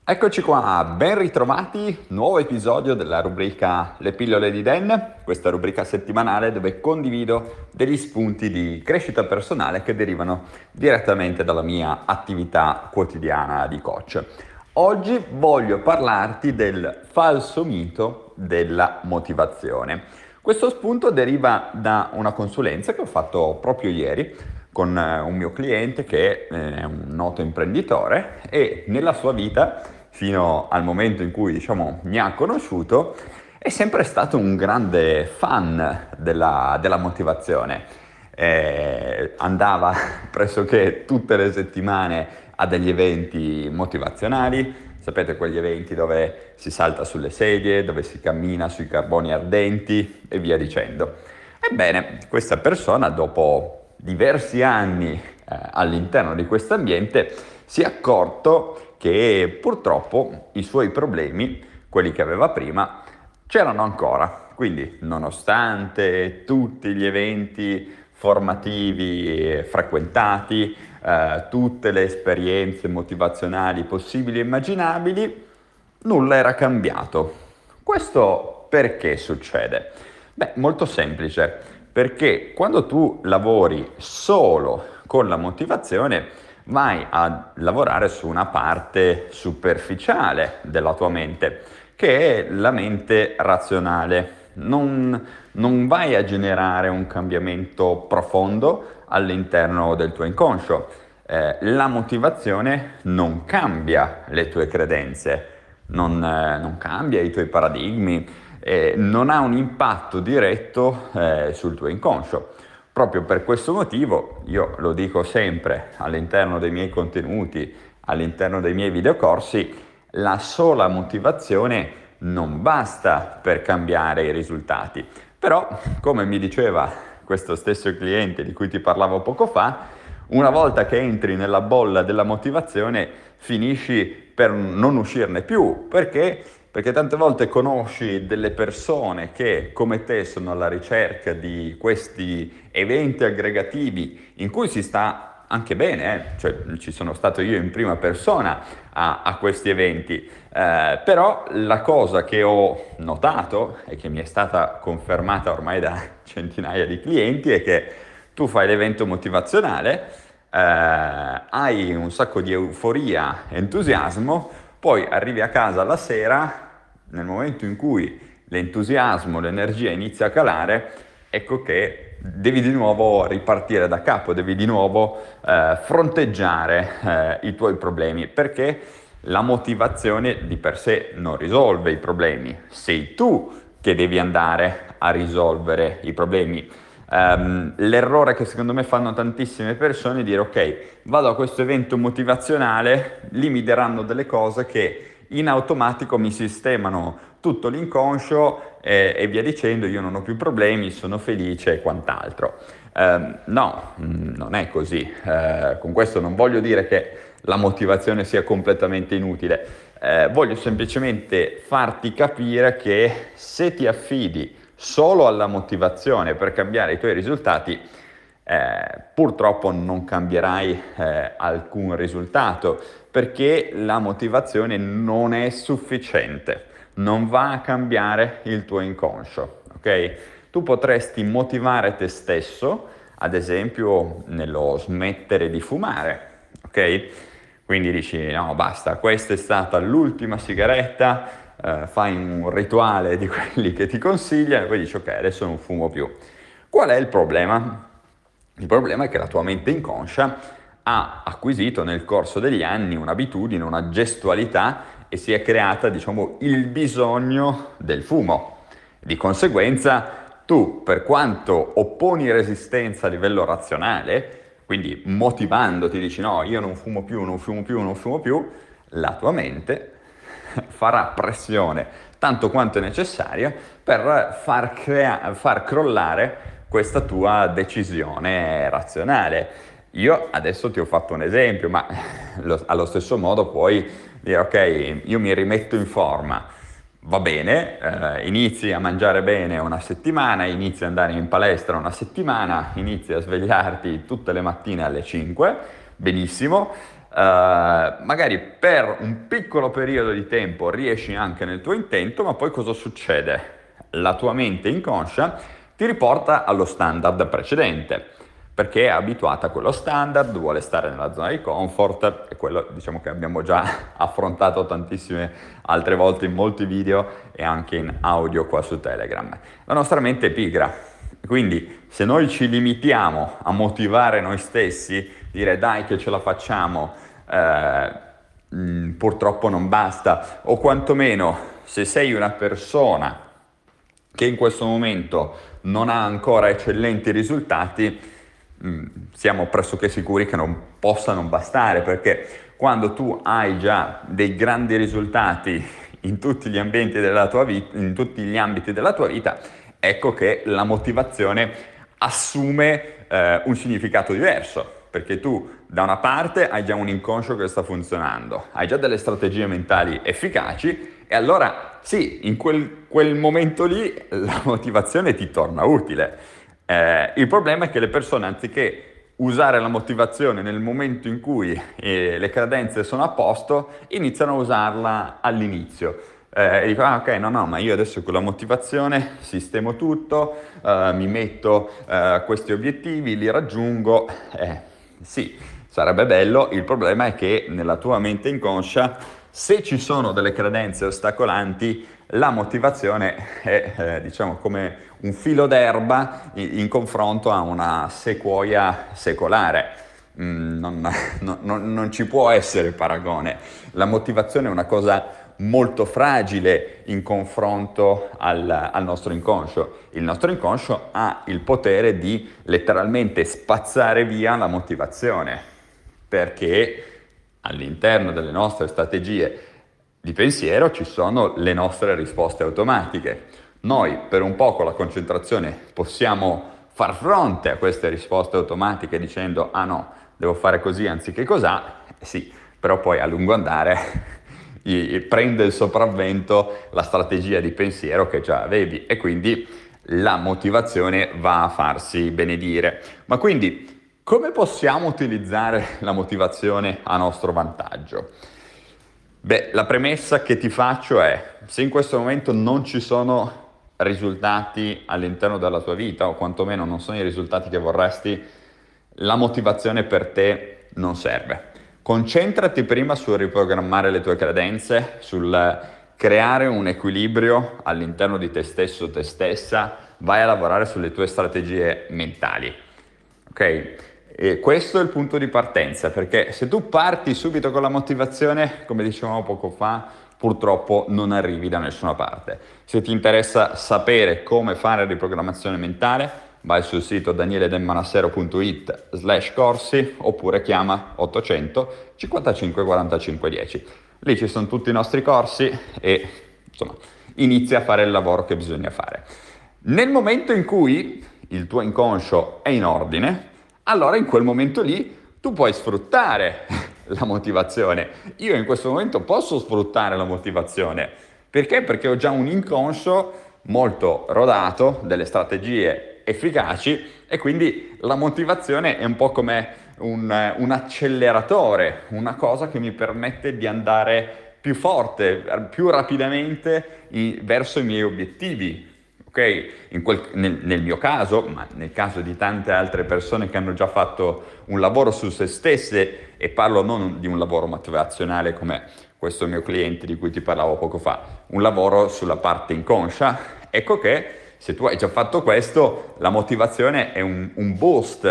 Eccoci qua, ben ritrovati, nuovo episodio della rubrica Le pillole di Dan, questa rubrica settimanale dove condivido degli spunti di crescita personale che derivano direttamente dalla mia attività quotidiana di coach. Oggi voglio parlarti del falso mito della motivazione. Questo spunto deriva da una consulenza che ho fatto proprio ieri con un mio cliente che è un noto imprenditore e nella sua vita, fino al momento in cui mi ha conosciuto, è sempre stato un grande fan della motivazione. Andava pressoché tutte le settimane a degli eventi motivazionali. Sapete, quegli eventi dove si salta sulle sedie, dove si cammina sui carboni ardenti e via dicendo. Ebbene, questa persona, dopo diversi anni all'interno di questo ambiente, si è accorto che purtroppo i suoi problemi, quelli che aveva prima, c'erano ancora. Quindi, nonostante tutti gli eventi formativi frequentati, tutte le esperienze motivazionali possibili e immaginabili, nulla era cambiato. Questo perché succede? Beh, molto semplice, perché quando tu lavori solo con la motivazione, vai a lavorare su una parte superficiale della tua mente, che è la mente razionale. Non vai a generare un cambiamento profondo all'interno del tuo inconscio. La motivazione non cambia le tue credenze, non cambia i tuoi paradigmi, non ha un impatto diretto sul tuo inconscio. Proprio per questo motivo, io lo dico sempre all'interno dei miei contenuti, all'interno dei miei videocorsi, la sola motivazione non basta per cambiare i risultati. Però, come mi diceva questo stesso cliente di cui ti parlavo poco fa, una volta che entri nella bolla della motivazione finisci per non uscirne più. Perché? Perché tante volte conosci delle persone che come te sono alla ricerca di questi eventi aggregativi in cui si sta anche bene, cioè ci sono stato io in prima persona a questi eventi, però la cosa che ho notato e che mi è stata confermata ormai da centinaia di clienti è che tu fai l'evento motivazionale, hai un sacco di euforia, entusiasmo, poi arrivi a casa la sera, nel momento in cui l'entusiasmo, l'energia inizia a calare, ecco che devi di nuovo ripartire da capo, devi di nuovo fronteggiare i tuoi problemi, perché la motivazione di per sé non risolve i problemi, sei tu che devi andare a risolvere i problemi. L'errore che secondo me fanno tantissime persone è dire ok, vado a questo evento motivazionale, lì mi daranno delle cose che in automatico mi sistemano tutto l'inconscio e via dicendo, io non ho più problemi, sono felice e quant'altro. No, non è così. Con questo non voglio dire che la motivazione sia completamente inutile, voglio semplicemente farti capire che se ti affidi solo alla motivazione per cambiare i tuoi risultati, purtroppo non cambierai alcun risultato, perché la motivazione non è sufficiente, non va a cambiare il tuo inconscio, ok? Tu potresti motivare te stesso, ad esempio nello smettere di fumare, ok? Quindi dici no, basta, questa è stata l'ultima sigaretta, fai un rituale di quelli che ti consigliano e poi dici ok, adesso non fumo più. Qual è il problema? Il problema è che la tua mente inconscia ha acquisito nel corso degli anni un'abitudine, una gestualità e si è creata, diciamo, il bisogno del fumo. Di conseguenza, tu, per quanto opponi resistenza a livello razionale, quindi motivandoti, dici no, io non fumo più, non fumo più, non fumo più, la tua mente farà pressione tanto quanto è necessaria per far crollare questa tua decisione razionale. Io adesso ti ho fatto un esempio, ma allo stesso modo puoi dire ok, io mi rimetto in forma, va bene, inizi a mangiare bene una settimana, inizi ad andare in palestra una settimana, inizi a svegliarti tutte le mattine alle 5, benissimo, magari per un piccolo periodo di tempo riesci anche nel tuo intento, ma poi cosa succede? La tua mente inconscia ti riporta allo standard precedente, perché è abituata a quello standard, vuole stare nella zona di comfort, e quello diciamo che abbiamo già affrontato tantissime altre volte in molti video e anche in audio qua su Telegram. La nostra mente è pigra, quindi se noi ci limitiamo a motivare noi stessi, dire dai che ce la facciamo, purtroppo non basta, o quantomeno se sei una persona che in questo momento non ha ancora eccellenti risultati, siamo pressoché sicuri che non possa non bastare, perché quando tu hai già dei grandi risultati in tutti gli ambienti della tua vita, in tutti gli ambiti della tua vita, ecco che la motivazione assume un significato diverso, perché tu da una parte hai già un inconscio che sta funzionando, hai già delle strategie mentali efficaci, e allora sì, in quel momento lì la motivazione ti torna utile. Il problema è che le persone, anziché usare la motivazione nel momento in cui le cadenze sono a posto, iniziano a usarla all'inizio. E dico, ok, no, ma io adesso con la motivazione sistemo tutto, mi metto questi obiettivi, li raggiungo. Sì, sarebbe bello, il problema è che nella tua mente inconscia, se ci sono delle credenze ostacolanti, la motivazione è diciamo come un filo d'erba in confronto a una sequoia secolare. Non ci può essere paragone. La motivazione è una cosa molto fragile in confronto al nostro inconscio. Il nostro inconscio ha il potere di letteralmente spazzare via la motivazione, perché all'interno delle nostre strategie di pensiero ci sono le nostre risposte automatiche. Noi per un po' con la concentrazione possiamo far fronte a queste risposte automatiche dicendo ah no, devo fare così anziché cosà, sì, però poi a lungo andare prende il sopravvento la strategia di pensiero che già avevi, e quindi la motivazione va a farsi benedire. Ma quindi come possiamo utilizzare la motivazione a nostro vantaggio? Beh, la premessa che ti faccio è: se in questo momento non ci sono risultati all'interno della tua vita, o quantomeno non sono i risultati che vorresti, la motivazione per te non serve. Concentrati prima sul riprogrammare le tue credenze, sul creare un equilibrio all'interno di te stesso o te stessa, vai a lavorare sulle tue strategie mentali, ok? E questo è il punto di partenza, perché se tu parti subito con la motivazione, come dicevamo poco fa, purtroppo non arrivi da nessuna parte. Se ti interessa sapere come fare riprogrammazione mentale, vai sul sito danieledelmanassero.it/corsi oppure chiama 800 55 45 10. Lì ci sono tutti i nostri corsi e insomma inizia a fare il lavoro che bisogna fare. Nel momento in cui il tuo inconscio è in ordine, allora in quel momento lì tu puoi sfruttare la motivazione. Io in questo momento posso sfruttare la motivazione. Perché? Perché ho già un inconscio molto rodato, delle strategie efficaci, e quindi la motivazione è un po' come un acceleratore, una cosa che mi permette di andare più forte, più rapidamente verso i miei obiettivi. Ok? Nel mio caso, ma nel caso di tante altre persone che hanno già fatto un lavoro su se stesse, e parlo non di un lavoro motivazionale come questo mio cliente di cui ti parlavo poco fa, un lavoro sulla parte inconscia, ecco che se tu hai già fatto questo, la motivazione è un boost,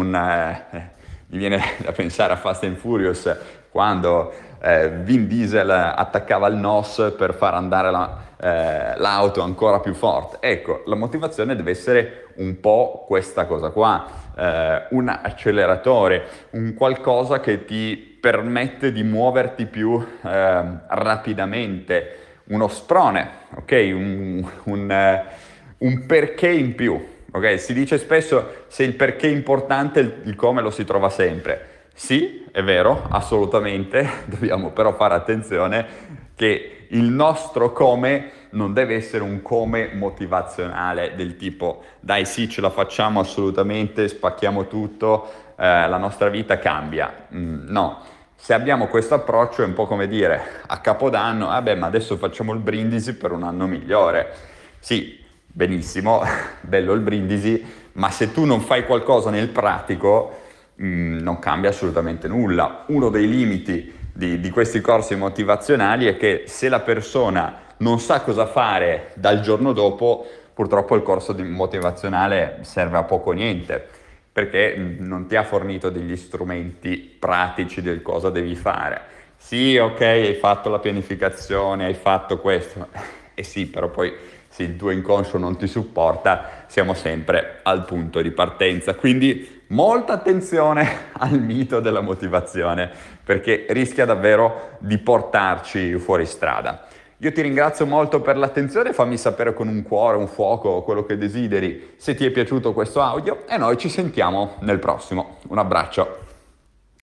mi viene da pensare a Fast and Furious, quando Vin Diesel attaccava il NOS per far andare l'auto ancora più forte. Ecco, la motivazione deve essere un po' questa cosa qua, un acceleratore, un qualcosa che ti permette di muoverti più rapidamente, uno sprone, ok? Un perché in più. Ok, si dice spesso se il perché è importante, il come lo si trova sempre. Sì, è vero, assolutamente, dobbiamo però fare attenzione che il nostro come non deve essere un come motivazionale del tipo dai sì, ce la facciamo assolutamente, spacchiamo tutto, la nostra vita cambia. No, se abbiamo questo approccio è un po' come dire a Capodanno, vabbè, ma adesso facciamo il brindisi per un anno migliore. Sì, benissimo, bello il brindisi, ma se tu non fai qualcosa nel pratico, non cambia assolutamente nulla. Uno dei limiti di questi corsi motivazionali è che se la persona non sa cosa fare dal giorno dopo, purtroppo il corso motivazionale serve a poco o niente, perché non ti ha fornito degli strumenti pratici del cosa devi fare. Sì, ok, hai fatto la pianificazione, hai fatto questo, e sì, però poi se il tuo inconscio non ti supporta, siamo sempre al punto di partenza. Quindi molta attenzione al mito della motivazione, perché rischia davvero di portarci fuori strada. Io ti ringrazio molto per l'attenzione, fammi sapere con un cuore, un fuoco, quello che desideri, se ti è piaciuto questo audio e noi ci sentiamo nel prossimo. Un abbraccio.